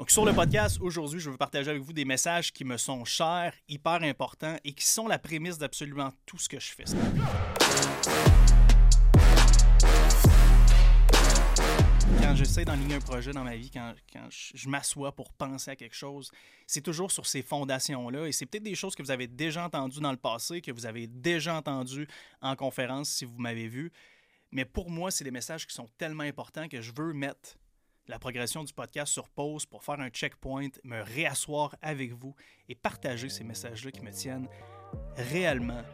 Donc sur le podcast, aujourd'hui, je veux partager avec vous des messages qui me sont chers, hyper importants et qui sont la prémisse d'absolument tout ce que je fais. Quand j'essaie d'enligner un projet dans ma vie, quand je m'assois pour penser à quelque chose, c'est toujours sur ces fondations-là. Et c'est peut-être des choses que vous avez déjà entendues dans le passé, que vous avez déjà entendues en conférence si vous m'avez vu. Mais pour moi, c'est des messages qui sont tellement importants que je veux mettre la progression du podcast sur pause pour faire un checkpoint, me réasseoir avec vous et partager ces messages-là qui me tiennent réellement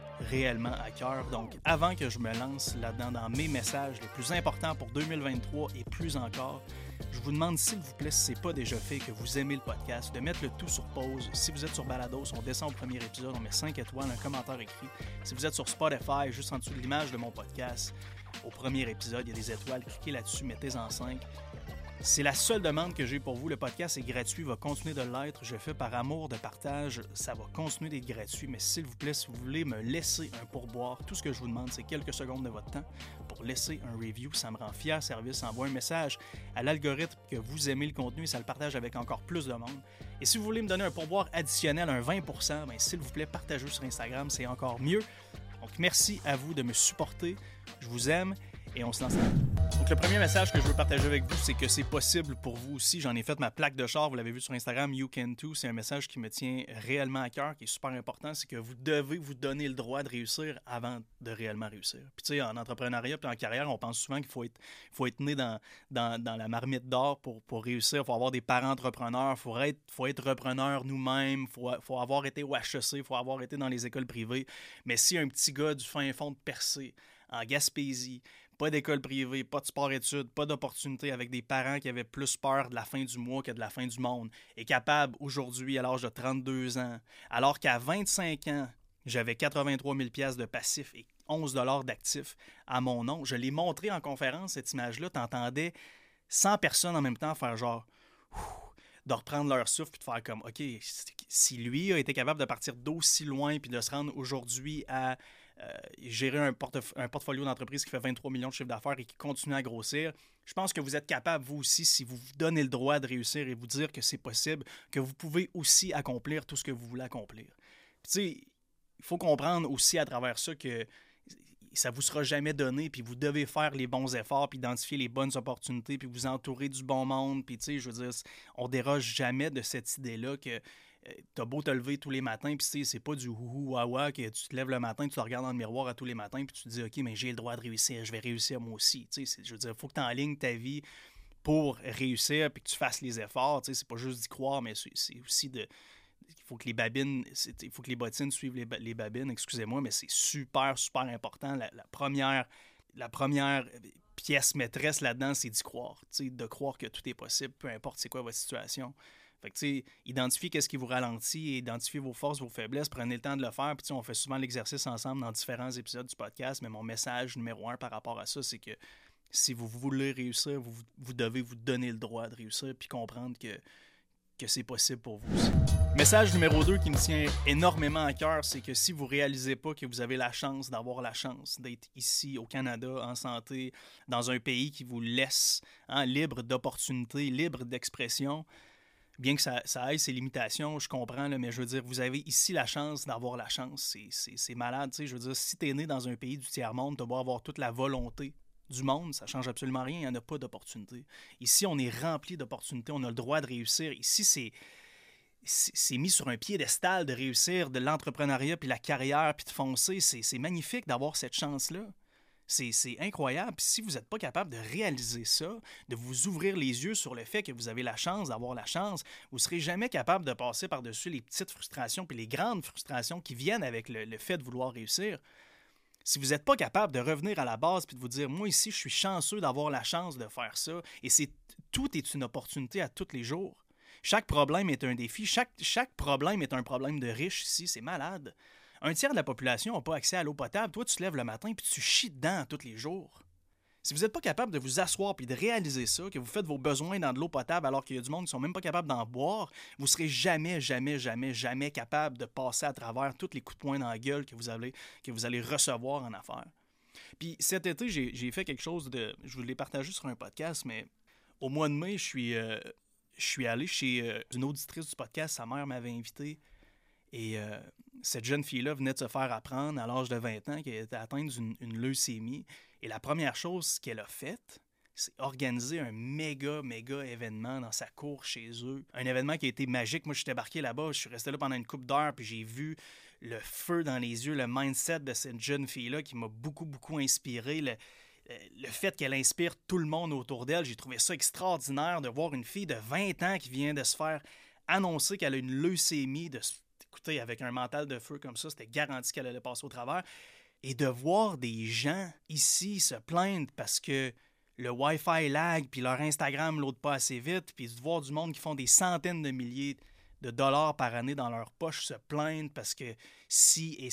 à cœur. Donc, avant que je me lance là-dedans dans mes messages les plus importants pour 2023 et plus encore, je vous demande, s'il vous plaît, si ce n'est pas déjà fait, que vous aimez le podcast, de mettre le tout sur pause. Si vous êtes sur Balados, on descend au premier épisode, on met 5 étoiles, un commentaire écrit. Si vous êtes sur Spotify, juste en dessous de l'image de mon podcast, au premier épisode, il y a des étoiles, cliquez là-dessus, mettez-en 5. C'est la seule demande que j'ai pour vous. Le podcast est gratuit, va continuer de l'être. Je le fais par amour de partage. Ça va continuer d'être gratuit. Mais s'il vous plaît, si vous voulez me laisser un pourboire, tout ce que je vous demande, c'est quelques secondes de votre temps pour laisser un review. Ça me rend fier service. Ça envoie un message à l'algorithme que vous aimez le contenu et ça le partage avec encore plus de monde. Et si vous voulez me donner un pourboire additionnel, un 20%, bien, s'il vous plaît, partagez sur Instagram. C'est encore mieux. Donc, merci à vous de me supporter. Je vous aime. Et on se lance. Donc, le premier message que je veux partager avec vous, c'est que c'est possible pour vous aussi. J'en ai fait ma plaque de char, vous l'avez vu sur Instagram, You Can Too. C'est un message qui me tient réellement à cœur, qui est super important. C'est que vous devez vous donner le droit de réussir avant de réellement réussir. Puis tu sais, en entrepreneuriat puis en carrière, on pense souvent qu'il faut être né dans la marmite d'or pour réussir. Il faut avoir des parents entrepreneurs, il faut être repreneur nous-mêmes, il faut avoir été au HEC, il faut avoir été dans les écoles privées. Mais si un petit gars du fin fond de Percé, en Gaspésie, pas d'école privée, pas de sport-études, pas d'opportunités, avec des parents qui avaient plus peur de la fin du mois que de la fin du monde, est capable aujourd'hui, à l'âge de 32 ans, alors qu'à 25 ans, j'avais 83 000 $ de passifs et 11 $ d'actifs à mon nom. Je l'ai montré en conférence, cette image-là. Tu entendais 100 personnes en même temps faire genre... de reprendre leur souffle puis de faire comme, OK, si lui a été capable de partir d'aussi loin puis de se rendre aujourd'hui à gérer un portfolio d'entreprise qui fait 23 millions de chiffre d'affaires et qui continue à grossir, je pense que vous êtes capable, vous aussi, si vous vous donnez le droit de réussir et vous dire que c'est possible, que vous pouvez aussi accomplir tout ce que vous voulez accomplir. Tu sais, il faut comprendre aussi à travers ça que ça ne vous sera jamais donné, puis vous devez faire les bons efforts, puis identifier les bonnes opportunités, puis vous entourer du bon monde, puis tu sais, je veux dire, on déroge jamais de cette idée-là que t'as beau te lever tous les matins, puis c'est pas du houhou wawa que tu te lèves le matin, tu te regardes dans le miroir à tous les matins, puis tu te dis, OK, mais j'ai le droit de réussir, je vais réussir moi aussi. Tu sais, je veux dire, il faut que tu enlignes ta vie pour réussir, puis que tu fasses les efforts. Tu sais, c'est pas juste d'y croire, mais c'est aussi de... Il faut que les bottines suivent les babines, excusez-moi, mais c'est super, super important. La première pièce maîtresse là-dedans, c'est d'y croire. De croire que tout est possible, peu importe c'est quoi votre situation. Fait que, tu sais, identifiez qu'est-ce qui vous ralentit et identifiez vos forces, vos faiblesses. Prenez le temps de le faire. Puis, on fait souvent l'exercice ensemble dans différents épisodes du podcast. Mais mon message numéro 1 par rapport à ça, c'est que si vous voulez réussir, vous devez vous donner le droit de réussir puis comprendre que c'est possible pour vous aussi. Message numéro 2 qui me tient énormément à cœur, c'est que si vous ne réalisez pas que vous avez la chance d'avoir la chance d'être ici au Canada, en santé, dans un pays qui vous laisse libre d'opportunités, libre d'expression, bien que ça aille ses limitations, je comprends, là, mais je veux dire, vous avez ici la chance d'avoir la chance. C'est malade, tu sais. Je veux dire, si tu es né dans un pays du tiers-monde, tu vas avoir toute la volonté du monde, ça ne change absolument rien, il n'y en a pas d'opportunité. Ici, on est rempli d'opportunités, on a le droit de réussir. Ici, c'est mis sur un piédestal de réussir, de l'entrepreneuriat, puis la carrière, puis de foncer. C'est magnifique d'avoir cette chance-là. C'est incroyable. Puis si vous n'êtes pas capable de réaliser ça, de vous ouvrir les yeux sur le fait que vous avez la chance d'avoir la chance, vous ne serez jamais capable de passer par-dessus les petites frustrations puis les grandes frustrations qui viennent avec le fait de vouloir réussir. Si vous n'êtes pas capable de revenir à la base puis de vous dire « Moi, ici, je suis chanceux d'avoir la chance de faire ça. » Et tout est une opportunité à tous les jours. Chaque problème est un défi. Chaque problème est un problème de riche ici. C'est malade. Un tiers de la population n'a pas accès à l'eau potable. Toi, tu te lèves le matin et tu chies dedans tous les jours. Si vous n'êtes pas capable de vous asseoir et de réaliser ça, que vous faites vos besoins dans de l'eau potable alors qu'il y a du monde qui ne sont même pas capables d'en boire, vous ne serez jamais capable de passer à travers tous les coups de poing dans la gueule que vous allez recevoir en affaires. Puis cet été, j'ai fait quelque chose de... Je vous l'ai partagé sur un podcast, mais au mois de mai, je je suis allé chez une auditrice du podcast, sa mère m'avait invité, et cette jeune fille-là venait de se faire apprendre à l'âge de 20 ans qu'elle était atteinte d'une leucémie. Et la première chose qu'elle a faite, c'est organiser un méga événement dans sa cour chez eux. Un événement qui a été magique. Moi, je suis débarqué là-bas, je suis resté là pendant une couple d'heures, puis j'ai vu le feu dans les yeux, le mindset de cette jeune fille-là qui m'a beaucoup inspiré. Le fait qu'elle inspire tout le monde autour d'elle, j'ai trouvé ça extraordinaire de voir une fille de 20 ans qui vient de se faire annoncer qu'elle a une leucémie, écoutez, avec un mental de feu comme ça, c'était garanti qu'elle allait passer au travers. Et de voir des gens ici se plaindre parce que le Wi-Fi lag, puis leur Instagram load pas assez vite, puis de voir du monde qui font des centaines de milliers de dollars par année dans leur poche se plaindre parce que ci et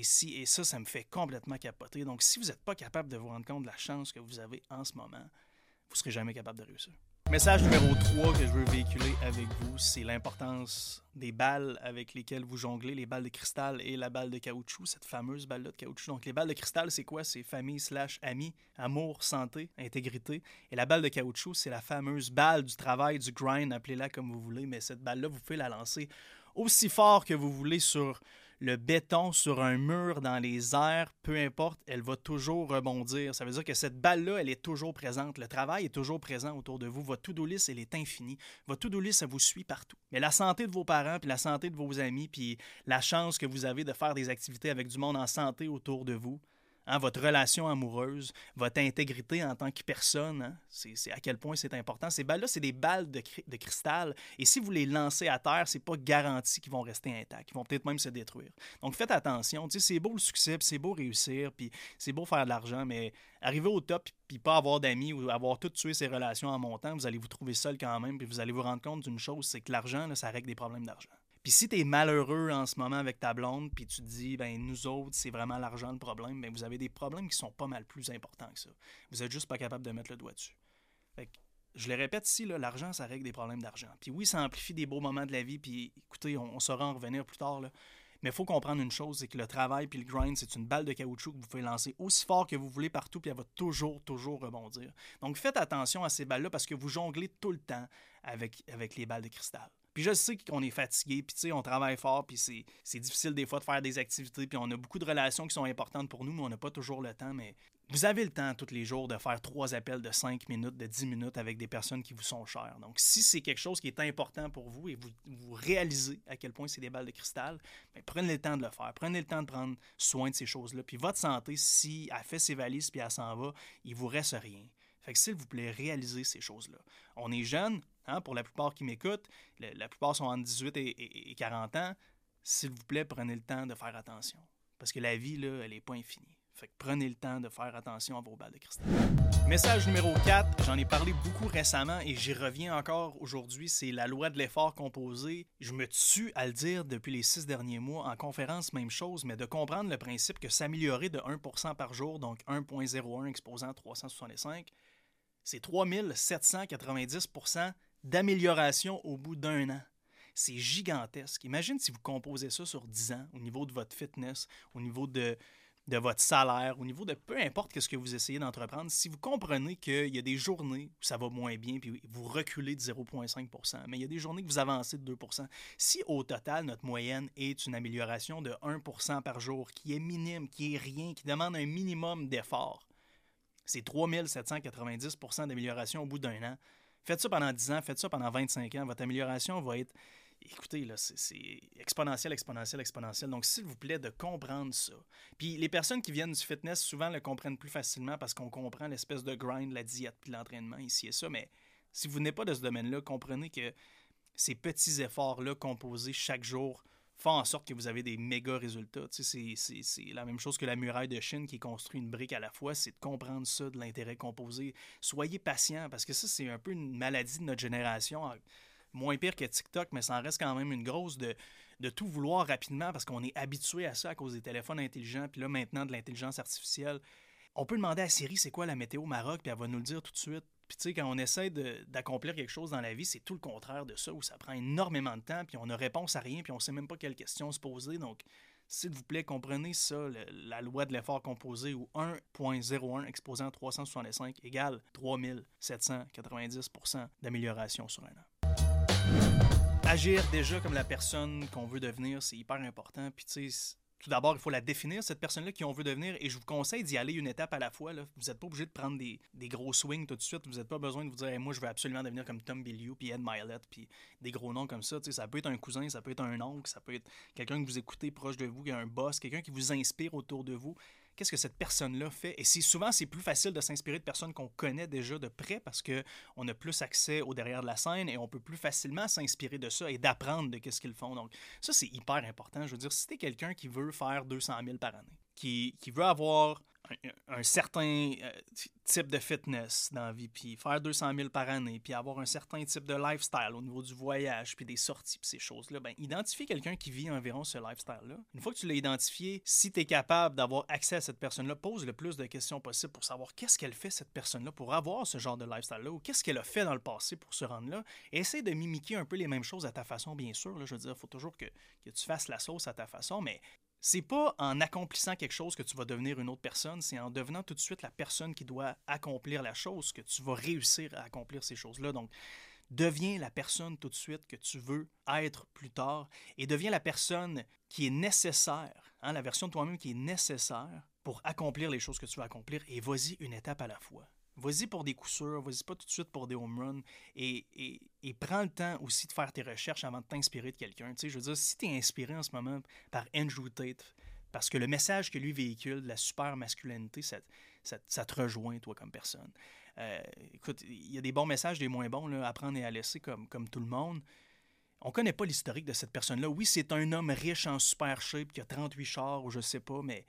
ça, ça me fait complètement capoter. Donc, si vous n'êtes pas capable de vous rendre compte de la chance que vous avez en ce moment, vous ne serez jamais capable de réussir. Message numéro 3 que je veux véhiculer avec vous, c'est l'importance des balles avec lesquelles vous jonglez, les balles de cristal et la balle de caoutchouc, cette fameuse balle-là de caoutchouc. Donc, les balles de cristal, c'est quoi? C'est famille/amis, amour, santé, intégrité. Et la balle de caoutchouc, c'est la fameuse balle du travail, du grind, appelez-la comme vous voulez, mais cette balle-là, vous pouvez la lancer aussi fort que vous voulez sur le béton, sur un mur, dans les airs, peu importe, elle va toujours rebondir. Ça veut dire que cette balle-là, elle est toujours présente. Le travail est toujours présent autour de vous. Votre to-do list, elle est infinie. Votre to-do list, ça vous suit partout. Mais la santé de vos parents, puis la santé de vos amis, puis la chance que vous avez de faire des activités avec du monde en santé autour de vous, hein, votre relation amoureuse, votre intégrité en tant que personne, hein, c'est à quel point c'est important. Ces balles-là, c'est des balles de cristal. Et si vous les lancez à terre, c'est pas garanti qu'ils vont rester intacts. Ils vont peut-être même se détruire. Donc, faites attention. Tu sais, c'est beau le succès, puis c'est beau réussir, puis c'est beau faire de l'argent, mais arriver au top, puis pas avoir d'amis ou avoir tout tué ses relations en montant, vous allez vous trouver seul quand même, puis vous allez vous rendre compte d'une chose, c'est que l'argent, là, ça règle des problèmes d'argent. Puis si tu es malheureux en ce moment avec ta blonde, puis tu te dis, ben nous autres, c'est vraiment l'argent le problème, ben vous avez des problèmes qui sont pas mal plus importants que ça. Vous êtes juste pas capable de mettre le doigt dessus. Fait que, je le répète ici, là, l'argent, ça règle des problèmes d'argent. Puis oui, ça amplifie des beaux moments de la vie, puis écoutez, on saura en revenir plus tard, là. Mais il faut comprendre une chose, c'est que le travail puis le grind, c'est une balle de caoutchouc que vous pouvez lancer aussi fort que vous voulez partout, puis elle va toujours rebondir. Donc faites attention à ces balles-là parce que vous jonglez tout le temps avec les balles de cristal. Puis je sais qu'on est fatigué, puis tu sais, on travaille fort, puis c'est difficile des fois de faire des activités, puis on a beaucoup de relations qui sont importantes pour nous, mais on n'a pas toujours le temps. Mais vous avez le temps tous les jours de faire 3 appels de 5 minutes, de 10 minutes avec des personnes qui vous sont chères. Donc si c'est quelque chose qui est important pour vous et vous réalisez à quel point c'est des balles de cristal, bien, prenez le temps de le faire. Prenez le temps de prendre soin de ces choses-là. Puis votre santé, si elle fait ses valises puis elle s'en va, il vous reste rien. Fait que s'il vous plaît, réalisez ces choses-là. On est jeunes, hein, pour la plupart qui m'écoutent, la plupart sont entre 18 et 40 ans. S'il vous plaît, prenez le temps de faire attention. Parce que la vie, là, elle n'est pas infinie. Fait que prenez le temps de faire attention à vos balles de cristal. Message numéro 4, j'en ai parlé beaucoup récemment et j'y reviens encore aujourd'hui, c'est la loi de l'effort composé. Je me tue à le dire depuis les 6 derniers mois, en conférence, même chose, mais de comprendre le principe que s'améliorer de 1% par jour, donc 1,01 exposant 365, c'est 3790% d'amélioration au bout d'un an. C'est gigantesque. Imagine si vous composez ça sur 10 ans, au niveau de votre fitness, au niveau de votre salaire, au niveau de peu importe ce que vous essayez d'entreprendre, si vous comprenez qu'il y a des journées où ça va moins bien, puis vous reculez de 0,5%, mais il y a des journées que vous avancez de 2%. Si au total, notre moyenne est une amélioration de 1% par jour, qui est minime, qui est rien, qui demande un minimum d'effort, c'est 3790% d'amélioration au bout d'un an. Faites ça pendant 10 ans, faites ça pendant 25 ans. Votre amélioration va être, écoutez, là, c'est exponentiel. Donc, s'il vous plaît, de comprendre ça. Puis, les personnes qui viennent du fitness, souvent, le comprennent plus facilement parce qu'on comprend l'espèce de grind, la diète, puis l'entraînement, ici et ça. Mais si vous n'êtes pas de ce domaine-là, comprenez que ces petits efforts-là composés chaque jour font en sorte que vous avez des méga résultats. Tu sais, c'est la même chose que la muraille de Chine qui construit une brique à la fois, c'est de comprendre ça, de l'intérêt composé. Soyez patient, parce que ça, c'est un peu une maladie de notre génération, moins pire que TikTok, mais ça en reste quand même une grosse de tout vouloir rapidement, parce qu'on est habitué à ça à cause des téléphones intelligents, puis là, maintenant, de l'intelligence artificielle. On peut demander à Siri c'est quoi la météo au Maroc, puis elle va nous le dire tout de suite. Puis tu sais, quand on essaie d'accomplir quelque chose dans la vie, c'est tout le contraire de ça, où ça prend énormément de temps, puis on n'a réponse à rien, puis on ne sait même pas quelle question se poser. Donc, s'il vous plaît, comprenez ça, la loi de l'effort composé, où 1,01 exposant 365 égale 3790% d'amélioration sur un an. Agir déjà comme la personne qu'on veut devenir, c'est hyper important. Puis tu sais, tout d'abord, il faut la définir, cette personne-là qui on veut devenir, et je vous conseille d'y aller une étape à la fois. Là. Vous n'êtes pas obligé de prendre des gros swings tout de suite. Vous n'êtes pas besoin de vous dire hey, « moi, je veux absolument devenir comme Tom Bilyeu, puis Ed Mylett, puis des gros noms comme ça. » Ça peut être un cousin, ça peut être un oncle, ça peut être quelqu'un que vous écoutez proche de vous, qui a un boss, quelqu'un qui vous inspire autour de vous. Qu'est-ce que cette personne-là fait? Et souvent, c'est plus facile de s'inspirer de personnes qu'on connaît déjà de près parce qu'on a plus accès au derrière de la scène et on peut plus facilement s'inspirer de ça et d'apprendre de ce qu'ils font. Donc, ça, c'est hyper important. Je veux dire, si t'es quelqu'un qui veut faire 200 000 par année, qui veut avoir un certain type de fitness dans la vie, puis faire 200 000 par année, puis avoir un certain type de lifestyle au niveau du voyage, puis des sorties, puis ces choses-là, ben identifie quelqu'un qui vit environ ce lifestyle-là. Une fois que tu l'as identifié, si tu es capable d'avoir accès à cette personne-là, pose le plus de questions possible pour savoir qu'est-ce qu'elle fait, cette personne-là, pour avoir ce genre de lifestyle-là, ou qu'est-ce qu'elle a fait dans le passé pour se rendre là, et essaie de mimiquer un peu les mêmes choses à ta façon, bien sûr. Là, je veux dire, il faut toujours que tu fasses la sauce à ta façon, mais c'est pas en accomplissant quelque chose que tu vas devenir une autre personne, c'est en devenant tout de suite la personne qui doit accomplir la chose que tu vas réussir à accomplir ces choses-là. Donc, deviens la personne tout de suite que tu veux être plus tard et deviens la personne qui est nécessaire, la version de toi-même qui est nécessaire pour accomplir les choses que tu veux accomplir et vas-y une étape à la fois. Vas-y pour des coups sûrs, vas-y pas tout de suite pour des home runs et prends le temps aussi de faire tes recherches avant de t'inspirer de quelqu'un. Tu sais, je veux dire, si tu es inspiré en ce moment par Andrew Tate, parce que le message que lui véhicule de la super masculinité, ça te rejoint, toi, comme personne. Écoute, il y a des bons messages, des moins bons, là, à prendre et à laisser comme tout le monde. On connaît pas l'historique de cette personne-là. Oui, c'est un homme riche en super shape qui a 38 chars ou je sais pas, mais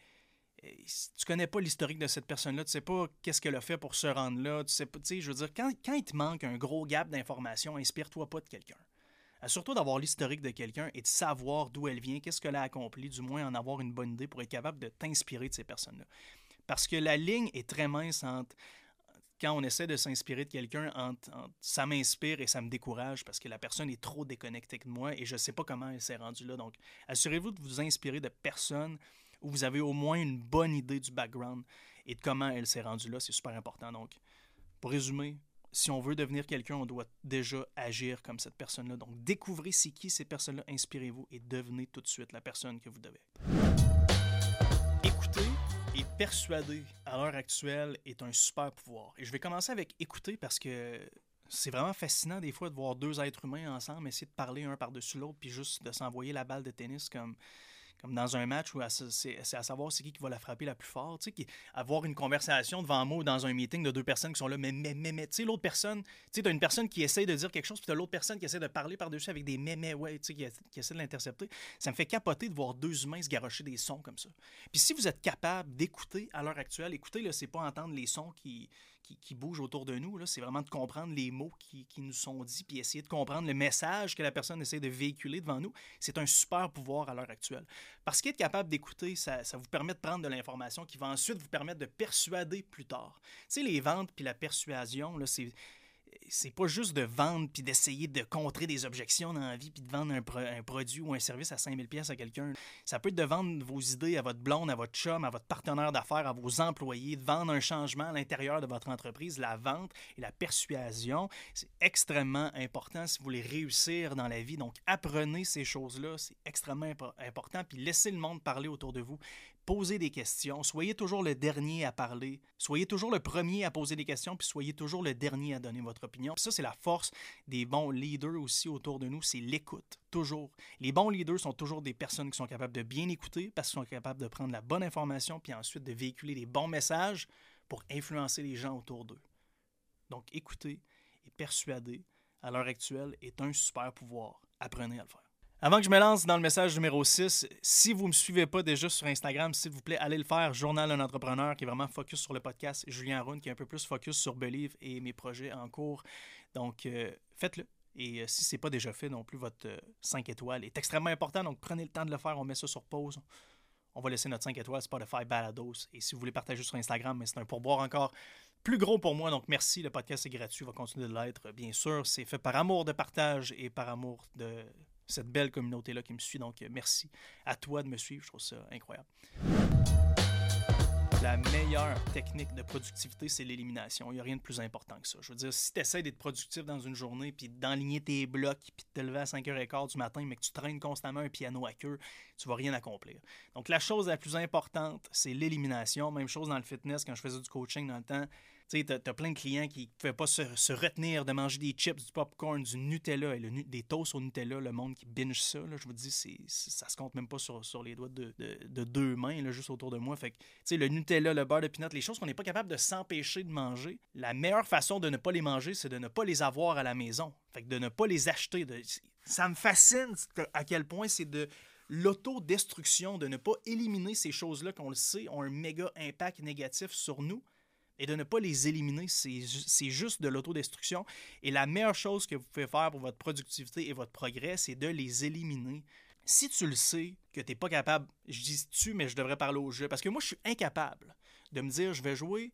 tu connais pas l'historique de cette personne-là, tu sais pas qu'est-ce qu'elle a fait pour se rendre là, tu sais pas, tu sais, je veux dire, quand il te manque un gros gap d'informations, inspire-toi pas de quelqu'un. Assure-toi d'avoir l'historique de quelqu'un et de savoir d'où elle vient, qu'est-ce qu'elle a accompli, du moins en avoir une bonne idée pour être capable de t'inspirer de ces personnes-là. Parce que la ligne est très mince entre quand on essaie de s'inspirer de quelqu'un, entre ça m'inspire et ça me décourage parce que la personne est trop déconnectée de moi et je sais pas comment elle s'est rendue là. Donc, assurez-vous de vous inspirer de personnes où vous avez au moins une bonne idée du background et de comment elle s'est rendue là. C'est super important. Donc, pour résumer, si on veut devenir quelqu'un, on doit déjà agir comme cette personne-là. Donc, découvrez c'est qui ces personnes-là, inspirez-vous et devenez tout de suite la personne que vous devez être. Écouter et persuader à l'heure actuelle est un super pouvoir. Et je vais commencer avec écouter parce que c'est vraiment fascinant des fois de voir deux êtres humains ensemble essayer de parler un par-dessus l'autre puis juste de s'envoyer la balle de tennis comme dans un match où c'est à savoir c'est qui va la frapper la plus fort. Tu sais, avoir une conversation devant moi ou dans un meeting de deux personnes qui sont là, mais tu sais, l'autre personne, tu sais, t'as une personne qui essaie de dire quelque chose, puis t'as l'autre personne qui essaie de parler par-dessus avec des ouais, tu sais, qui essaie de l'intercepter. Ça me fait capoter de voir deux humains se garrocher des sons comme ça. Puis si vous êtes capable d'écouter à l'heure actuelle, écouter, là, c'est pas entendre les sons qui bougent autour de nous, là, c'est vraiment de comprendre les mots qui nous sont dits, puis essayer de comprendre le message que la personne essaie de véhiculer devant nous. C'est un super pouvoir à l'heure actuelle. Parce qu'être capable d'écouter, ça vous permet de prendre de l'information qui va ensuite vous permettre de persuader plus tard. Tu sais, les ventes puis la persuasion, là, c'est pas juste de vendre puis d'essayer de contrer des objections dans la vie puis de vendre un produit ou un service à 5 000 $ à quelqu'un. Ça peut être de vendre vos idées à votre blonde, à votre chum, à votre partenaire d'affaires, à vos employés, de vendre un changement à l'intérieur de votre entreprise. La vente et la persuasion, c'est extrêmement important si vous voulez réussir dans la vie. Donc, apprenez ces choses-là, c'est extrêmement important. Puis laissez le monde parler autour de vous. Posez des questions. Soyez toujours le dernier à parler. Soyez toujours le premier à poser des questions, puis soyez toujours le dernier à donner votre opinion. Puis ça, c'est la force des bons leaders aussi autour de nous, c'est l'écoute. Toujours. Les bons leaders sont toujours des personnes qui sont capables de bien écouter parce qu'ils sont capables de prendre la bonne information puis ensuite de véhiculer les bons messages pour influencer les gens autour d'eux. Donc, écouter et persuader, à l'heure actuelle, est un super pouvoir. Apprenez à le faire. Avant que je me lance dans le message numéro 6, si vous ne me suivez pas déjà sur Instagram, s'il vous plaît, allez le faire. Journal d'un entrepreneur qui est vraiment focus sur le podcast. Julien Aroun qui est un peu plus focus sur Believe et mes projets en cours. Donc, faites-le. Et si ce n'est pas déjà fait non plus, votre 5 étoiles est extrêmement important. Donc, prenez le temps de le faire. On met ça sur pause. On va laisser notre 5 étoiles Spotify Balados. Et si vous voulez partager sur Instagram, mais c'est un pourboire encore plus gros pour moi. Donc, merci. Le podcast est gratuit. Il va continuer de l'être. Bien sûr, c'est fait par amour de partage et par amour de cette belle communauté-là qui me suit. Donc, merci à toi de me suivre. Je trouve ça incroyable. La meilleure technique de productivité, c'est l'élimination. Il n'y a rien de plus important que ça. Je veux dire, si tu essaies d'être productif dans une journée, puis d'enligner tes blocs, puis de te lever à 5h15 du matin, mais que tu traînes constamment un piano à queue, tu ne vas rien accomplir. Donc, la chose la plus importante, c'est l'élimination. Même chose dans le fitness, quand je faisais du coaching dans le temps. Tu sais, t'as plein de clients qui ne pouvaient pas se retenir de manger des chips, du popcorn, du Nutella, et des toasts au Nutella, le monde qui binge ça, là, je vous dis, ça se compte même pas sur les doigts de deux mains, là, juste autour de moi. Fait que, tu sais, le Nutella, le beurre de peanut, les choses qu'on n'est pas capable de s'empêcher de manger, la meilleure façon de ne pas les manger, c'est de ne pas les avoir à la maison. Fait que de ne pas les acheter. Ça me fascine à quel point c'est de l'autodestruction, de ne pas éliminer ces choses-là qu'on le sait ont un méga impact négatif sur nous. Et de ne pas les éliminer, c'est juste de l'autodestruction. Et la meilleure chose que vous pouvez faire pour votre productivité et votre progrès, c'est de les éliminer. Si tu le sais que tu n'es pas capable, je dis tu, mais je devrais parler au jeu. Parce que moi, je suis incapable de me dire, je vais jouer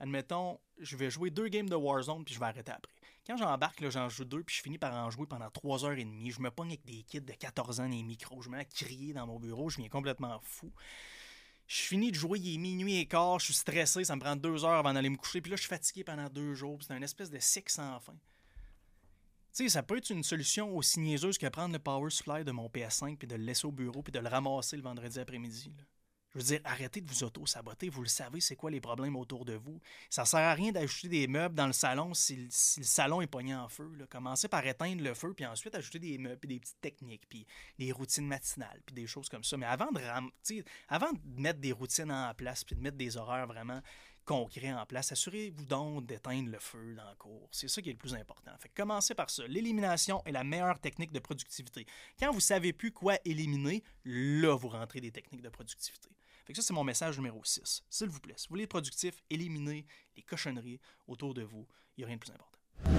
2 games de Warzone, puis je vais arrêter après. Quand j'embarque, là, j'en joue 2, puis je finis par en jouer pendant 3h30. Je me pogne avec des kids de 14 ans dans les micros. Je me mets à crier dans mon bureau. Je viens complètement fou. Je finis de jouer, il est minuit et quart, je suis stressé, ça me prend 2 heures avant d'aller me coucher, puis là, je suis fatigué pendant 2 jours, puis c'est une espèce de cycle sans fin. Tu sais, ça peut être une solution aussi niaiseuse que prendre le power supply de mon PS5 puis de le laisser au bureau puis de le ramasser le vendredi après-midi, là. Je veux dire, arrêtez de vous auto-saboter. Vous le savez, c'est quoi les problèmes autour de vous. Ça sert à rien d'ajouter des meubles dans le salon si le salon est pogné en feu, là. Commencez par éteindre le feu, puis ensuite ajouter des meubles, puis des petites techniques, puis des routines matinales, puis des choses comme ça. Mais avant de mettre des routines en place, puis de mettre des horaires vraiment concrets en place, assurez-vous donc d'éteindre le feu dans la cour. C'est ça qui est le plus important. Fait que commencez par ça. L'élimination est la meilleure technique de productivité. Quand vous ne savez plus quoi éliminer, là, vous rentrez des techniques de productivité. Fait que ça, c'est mon message numéro 6. S'il vous plaît, si vous voulez être productif, éliminez les cochonneries autour de vous. Il n'y a rien de plus important.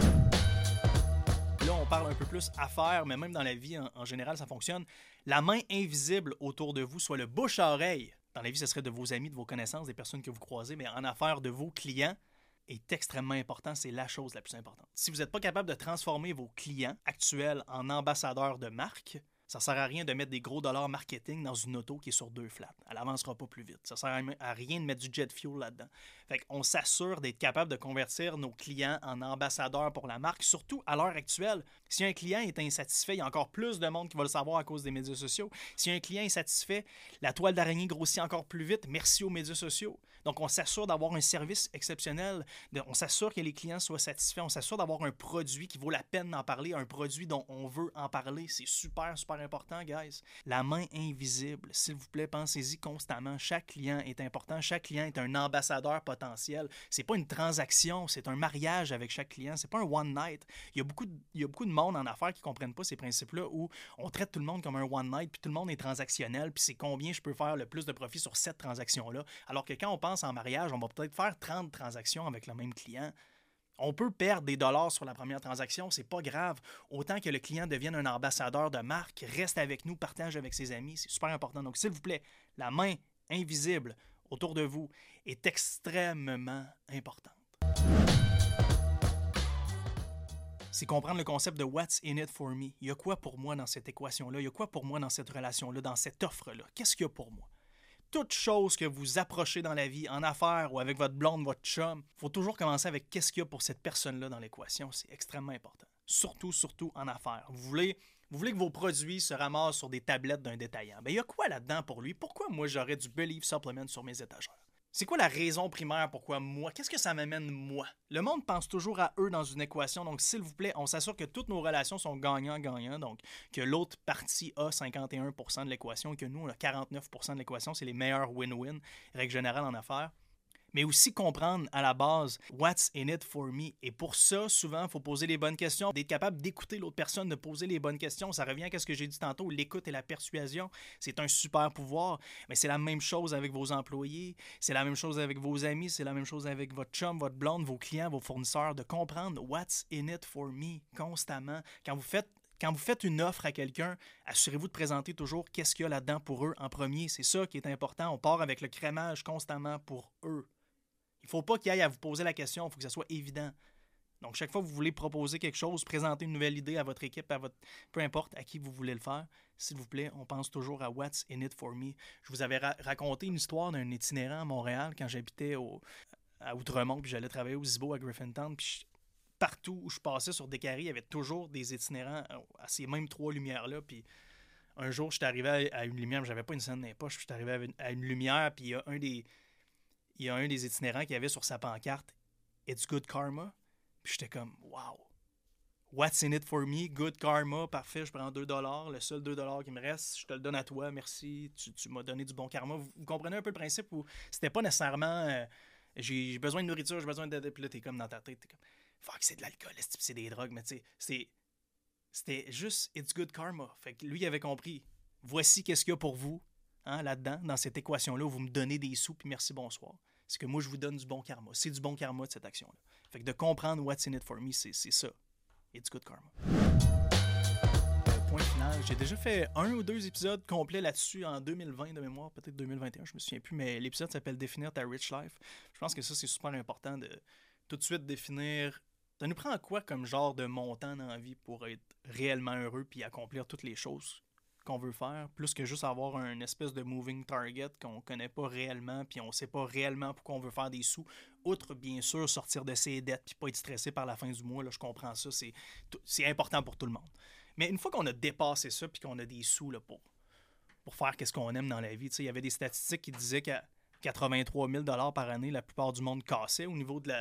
Là, on parle un peu plus affaires, mais même dans la vie, en général, ça fonctionne. La main invisible autour de vous, soit le bouche à oreille. Dans la vie, ce serait de vos amis, de vos connaissances, des personnes que vous croisez, mais en affaires, de vos clients, est extrêmement important. C'est la chose la plus importante. Si vous n'êtes pas capable de transformer vos clients actuels en ambassadeurs de marque, ça ne sert à rien de mettre des gros dollars marketing dans une auto qui est sur 2 flats. Elle n'avancera pas plus vite. Ça ne sert à rien de mettre du jet fuel là-dedans. Fait qu'on s'assure d'être capable de convertir nos clients en ambassadeurs pour la marque, surtout à l'heure actuelle. Si un client est insatisfait, il y a encore plus de monde qui va le savoir à cause des médias sociaux. Si un client est satisfait, la toile d'araignée grossit encore plus vite. Merci aux médias sociaux. Donc, on s'assure d'avoir un service exceptionnel. On s'assure que les clients soient satisfaits. On s'assure d'avoir un produit qui vaut la peine d'en parler, un produit dont on veut en parler. C'est super, super important, guys. La main invisible, s'il vous plaît, pensez-y constamment. Chaque client est important. Chaque client est un ambassadeur potentiel. C'est pas une transaction, c'est un mariage avec chaque client. C'est pas un one night. Il y a beaucoup de monde en affaires qui comprennent pas ces principes-là où on traite tout le monde comme un one night, puis tout le monde est transactionnel, puis c'est combien je peux faire le plus de profit sur cette transaction-là. Alors que quand on pense en mariage, on va peut-être faire 30 transactions avec le même client. On peut perdre des dollars sur la première transaction, c'est pas grave. Autant que le client devienne un ambassadeur de marque, reste avec nous, partage avec ses amis, c'est super important. Donc, s'il vous plaît, la main invisible autour de vous est extrêmement importante. C'est comprendre le concept de « what's in it for me ». Il y a quoi pour moi dans cette équation-là? Il y a quoi pour moi dans cette relation-là, dans cette offre-là? Qu'est-ce qu'il y a pour moi? Toute chose que vous approchez dans la vie, en affaires ou avec votre blonde, votre chum, il faut toujours commencer avec qu'est-ce qu'il y a pour cette personne-là dans l'équation. C'est extrêmement important. Surtout en affaires. Vous voulez que vos produits se ramassent sur des tablettes d'un détaillant. Bien, il y a quoi là-dedans pour lui? Pourquoi moi, j'aurais du Believe Supplement sur mes étagères? C'est quoi la raison primaire pourquoi moi? Qu'est-ce que ça m'amène moi? Le monde pense toujours à eux dans une équation, donc s'il vous plaît, on s'assure que toutes nos relations sont gagnant-gagnant, donc que l'autre partie a 51% de l'équation et que nous, on a 49% de l'équation. C'est les meilleurs win-win, règle générale en affaires. Mais aussi comprendre à la base « what's in it for me ». Et pour ça, souvent, il faut poser les bonnes questions, d'être capable d'écouter l'autre personne, de poser les bonnes questions. Ça revient à ce que j'ai dit tantôt, l'écoute et la persuasion, c'est un super pouvoir. Mais c'est la même chose avec vos employés, c'est la même chose avec vos amis, c'est la même chose avec votre chum, votre blonde, vos clients, vos fournisseurs, de comprendre « what's in it for me » constamment. Quand vous faites une offre à quelqu'un, assurez-vous de présenter toujours qu'est-ce qu'il y a là-dedans pour eux en premier. C'est ça qui est important. On part avec le crémage constamment pour eux. Il ne faut pas qu'il y ait à vous poser la question, il faut que ça soit évident. Donc, chaque fois que vous voulez proposer quelque chose, présenter une nouvelle idée à votre équipe, peu importe à qui vous voulez le faire, s'il vous plaît, on pense toujours à What's in it for me. Je vous avais raconté une histoire d'un itinérant à Montréal quand j'habitais à Outremont, puis j'allais travailler au Zibo à Griffintown, puis partout où je passais sur Décarie, il y avait toujours des itinérants à ces mêmes 3 lumières-là, puis un jour, je suis arrivé à une lumière, mais j'avais pas une scène dans les poches, je suis arrivé à une lumière, puis il y a un des itinérants qui avait sur sa pancarte « It's good karma ». Puis j'étais comme « Wow! What's in it for me? Good karma, parfait, je prends $2, le seul $2 qui me reste, je te le donne à toi, merci, tu m'as donné du bon karma. » Vous comprenez un peu le principe où c'était pas nécessairement j'ai besoin de nourriture, j'ai besoin d'aide, puis là, t'es comme dans ta tête, t'es comme « Fuck, c'est de l'alcool, c'est des drogues, mais tu sais, c'était juste It's good karma. » Fait que lui, il avait compris. Voici qu'est-ce qu'il y a pour vous, hein, là-dedans, dans cette équation-là, où vous me donnez des sous, puis merci, bonsoir. C'est que moi, je vous donne du bon karma. C'est du bon karma de cette action-là. Fait que de comprendre what's in it for me, c'est ça. It's good karma. Point final. J'ai déjà fait 1 ou 2 épisodes complets là-dessus en 2020 de mémoire, peut-être 2021, je me souviens plus, mais l'épisode s'appelle Définir ta rich life. Je pense que ça, c'est super important de tout de suite définir. Ça nous prend quoi comme genre de montant dans la vie pour être réellement heureux puis accomplir toutes les choses qu'on veut faire, plus que juste avoir un espèce de moving target qu'on connaît pas réellement, puis on sait pas réellement pourquoi on veut faire des sous, outre bien sûr sortir de ses dettes puis pas être stressé par la fin du mois, là, je comprends ça, c'est important pour tout le monde. Mais une fois qu'on a dépassé ça puis qu'on a des sous là, pour faire qu'est-ce qu'on aime dans la vie, il y avait des statistiques qui disaient qu'à 83 000 $ par année, la plupart du monde cassait au niveau de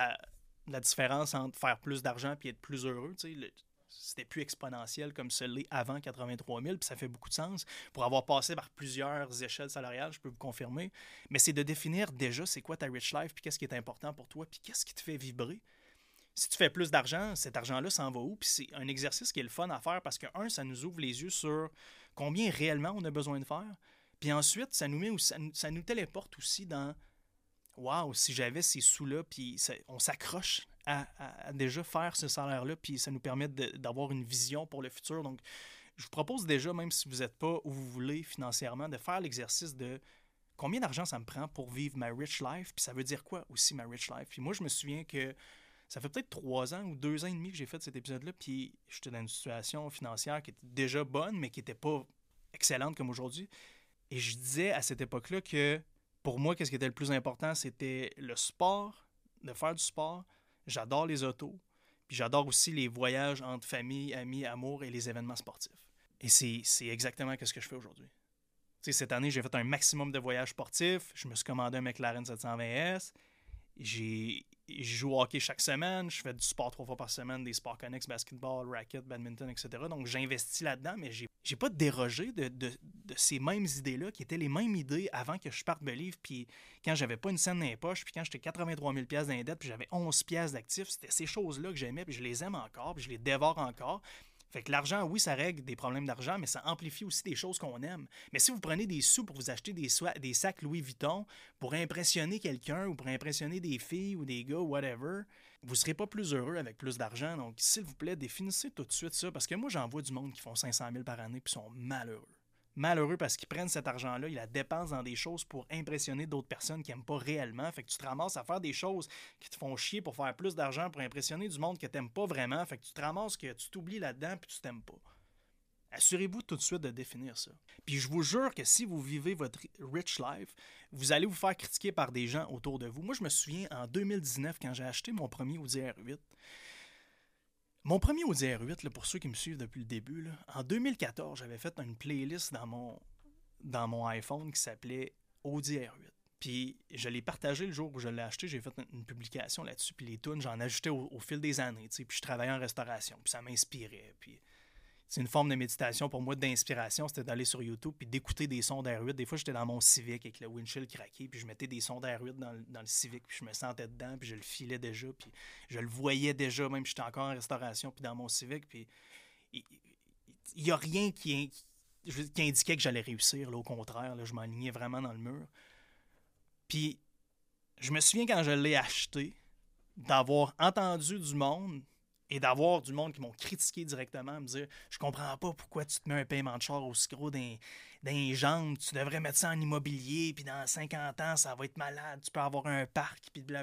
la différence entre faire plus d'argent et être plus heureux, c'était plus exponentiel comme ce l'est avant 83 000, puis ça fait beaucoup de sens. Pour avoir passé par plusieurs échelles salariales, je peux vous confirmer. Mais c'est de définir déjà c'est quoi ta rich life, puis qu'est-ce qui est important pour toi, puis qu'est-ce qui te fait vibrer. Si tu fais plus d'argent, cet argent-là s'en va où? Puis c'est un exercice qui est le fun à faire parce que, ça nous ouvre les yeux sur combien réellement on a besoin de faire. Puis ensuite, ça nous téléporte aussi dans wow, si j'avais ces sous-là, puis on s'accroche à déjà faire ce salaire-là, puis ça nous permet d'avoir une vision pour le futur. Donc, je vous propose déjà, même si vous n'êtes pas où vous voulez financièrement, de faire l'exercice de combien d'argent ça me prend pour vivre ma rich life, puis ça veut dire quoi aussi ma rich life. Puis moi, je me souviens que ça fait peut-être 3 ans ou 2 ans et demi que j'ai fait cet épisode-là, puis j'étais dans une situation financière qui était déjà bonne, mais qui n'était pas excellente comme aujourd'hui. Et je disais à cette époque-là que pour moi, qu'est-ce qui était le plus important, c'était le sport, de faire du sport. J'adore les autos, puis j'adore aussi les voyages entre famille, amis, amour et les événements sportifs. Et c'est exactement ce que je fais aujourd'hui. Cette année, j'ai fait un maximum de voyages sportifs. Je me suis commandé un McLaren 720S. Je joue au hockey chaque semaine, je fais du sport 3 fois par semaine, des sports connexes, basketball, racket, badminton, etc. Donc j'investis là-dedans, mais j'ai pas dérogé de ces mêmes idées-là, qui étaient les mêmes idées avant que je parte me livre, puis quand j'avais pas une scène dans les poches, puis quand j'étais 83 000 $ dans les dettes, puis j'avais 11 $ d'actifs, c'était ces choses-là que j'aimais, puis je les aime encore, puis je les dévore encore. Fait que l'argent, oui, ça règle des problèmes d'argent, mais ça amplifie aussi des choses qu'on aime. Mais si vous prenez des sous pour vous acheter des sacs Louis Vuitton pour impressionner quelqu'un ou pour impressionner des filles ou des gars, whatever, vous ne serez pas plus heureux avec plus d'argent. Donc, s'il vous plaît, définissez tout de suite ça. Parce que moi, j'en vois du monde qui font 500 000 par année puis sont malheureux. Malheureux parce qu'ils prennent cet argent-là, ils la dépensent dans des choses pour impressionner d'autres personnes qui n'aiment pas réellement. Fait que tu te ramasses à faire des choses qui te font chier pour faire plus d'argent, pour impressionner du monde que tu n'aimes pas vraiment. Fait que tu te ramasses que tu t'oublies là-dedans puis tu t'aimes pas. Assurez-vous tout de suite de définir ça. Puis je vous jure que si vous vivez votre rich life, vous allez vous faire critiquer par des gens autour de vous. Moi, je me souviens en 2019, quand j'ai acheté mon premier Audi R8, mon premier Audi R8, là, pour ceux qui me suivent depuis le début, là, en 2014, j'avais fait une playlist dans mon iPhone qui s'appelait Audi R8. Puis je l'ai partagé le jour où je l'ai acheté, j'ai fait une publication là-dessus, puis les tunes, j'en ajoutais au fil des années, puis je travaillais en restauration, puis ça m'inspirait, puis c'est une forme de méditation pour moi, d'inspiration, c'était d'aller sur YouTube puis d'écouter des sons d'R8. Des fois, j'étais dans mon Civic avec le windshield craqué, puis je mettais des sons d'R8 dans le Civic, puis je me sentais dedans, puis je le filais déjà, puis je le voyais déjà, même si j'étais encore en restauration, puis dans mon Civic, puis il n'y a rien qui indiquait que j'allais réussir, là, au contraire, là, je m'alignais vraiment dans le mur. Puis, je me souviens quand je l'ai acheté, d'avoir entendu du monde et d'avoir du monde qui m'ont critiqué directement, me dire « Je comprends pas pourquoi tu te mets un paiement de char aussi gros dans les jambes, tu devrais mettre ça en immobilier, puis dans 50 ans, ça va être malade, tu peux avoir un parc, puis blablabla. »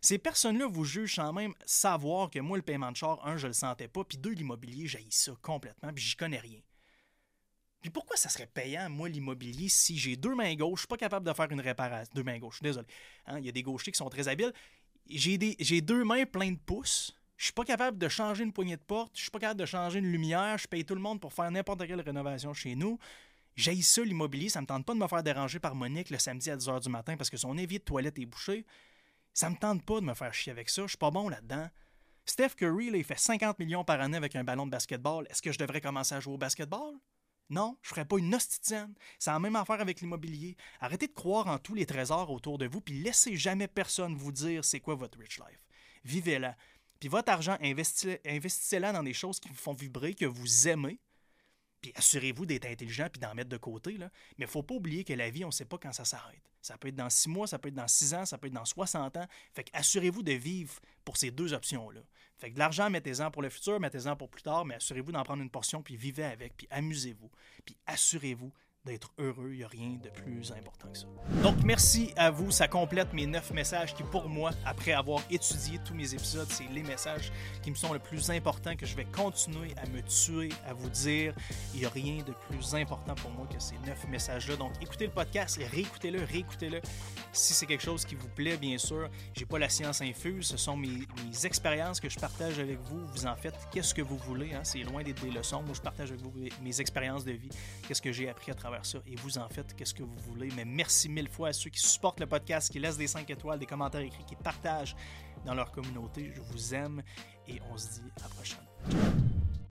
Ces personnes-là vous jugent sans même savoir que moi, le paiement de char, 1, je le sentais pas, puis 2, l'immobilier, j'haïs ça complètement, puis j'y connais rien. Puis pourquoi ça serait payant, moi, l'immobilier, si j'ai 2 mains gauches, je suis pas capable de faire une réparation. 2 mains gauches, désolé. Hein, il y a des gauchers qui sont très habiles. J'ai 2 mains pleines de pouces. Je suis pas capable de changer une poignée de porte. Je suis pas capable de changer une lumière. Je paye tout le monde pour faire n'importe quelle rénovation chez nous. J'haïs ça, l'immobilier. Ça me tente pas de me faire déranger par Monique le samedi à 10h du matin parce que son évier de toilette est bouché. Ça me tente pas de me faire chier avec ça. Je suis pas bon là-dedans. Steph Curry, là, il fait 50 millions par année avec un ballon de basketball. Est-ce que je devrais commencer à jouer au basketball? Non, je ferais pas une hostitienne. C'est la même affaire avec l'immobilier. Arrêtez de croire en tous les trésors autour de vous, puis laissez jamais personne vous dire c'est quoi votre rich life. Vivez-la. Puis votre argent, investissez-la dans des choses qui vous font vibrer, que vous aimez. Puis assurez-vous d'être intelligent puis d'en mettre de côté. Là. Mais il ne faut pas oublier que la vie, on ne sait pas quand ça s'arrête. Ça peut être dans 6 mois, ça peut être dans 6 ans, ça peut être dans 60 ans. Fait que assurez-vous de vivre pour ces 2 options-là. Fait que de l'argent, mettez-en pour le futur, mettez-en pour plus tard, mais assurez-vous d'en prendre une portion, puis vivez avec, puis amusez-vous. Puis assurez-vous d'être heureux, il n'y a rien de plus important que ça. Donc, merci à vous. Ça complète mes 9 messages qui, pour moi, après avoir étudié tous mes épisodes, c'est les messages qui me sont le plus importants, que je vais continuer à me tuer, à vous dire. Il n'y a rien de plus important pour moi que ces 9 messages-là. Donc, écoutez le podcast, réécoutez-le. Si c'est quelque chose qui vous plaît, bien sûr, j'ai pas la science infuse. Ce sont mes expériences que je partage avec vous. Vous en faites qu'est-ce que vous voulez. Hein? C'est loin d'être des leçons. Moi, je partage avec vous mes expériences de vie. Qu'est-ce que j'ai appris à travers ça, et vous en faites qu'est-ce que vous voulez. Mais merci 1000 fois à ceux qui supportent le podcast, qui laissent des 5 étoiles, des commentaires écrits, qui partagent dans leur communauté. Je vous aime et on se dit à la prochaine. Ciao.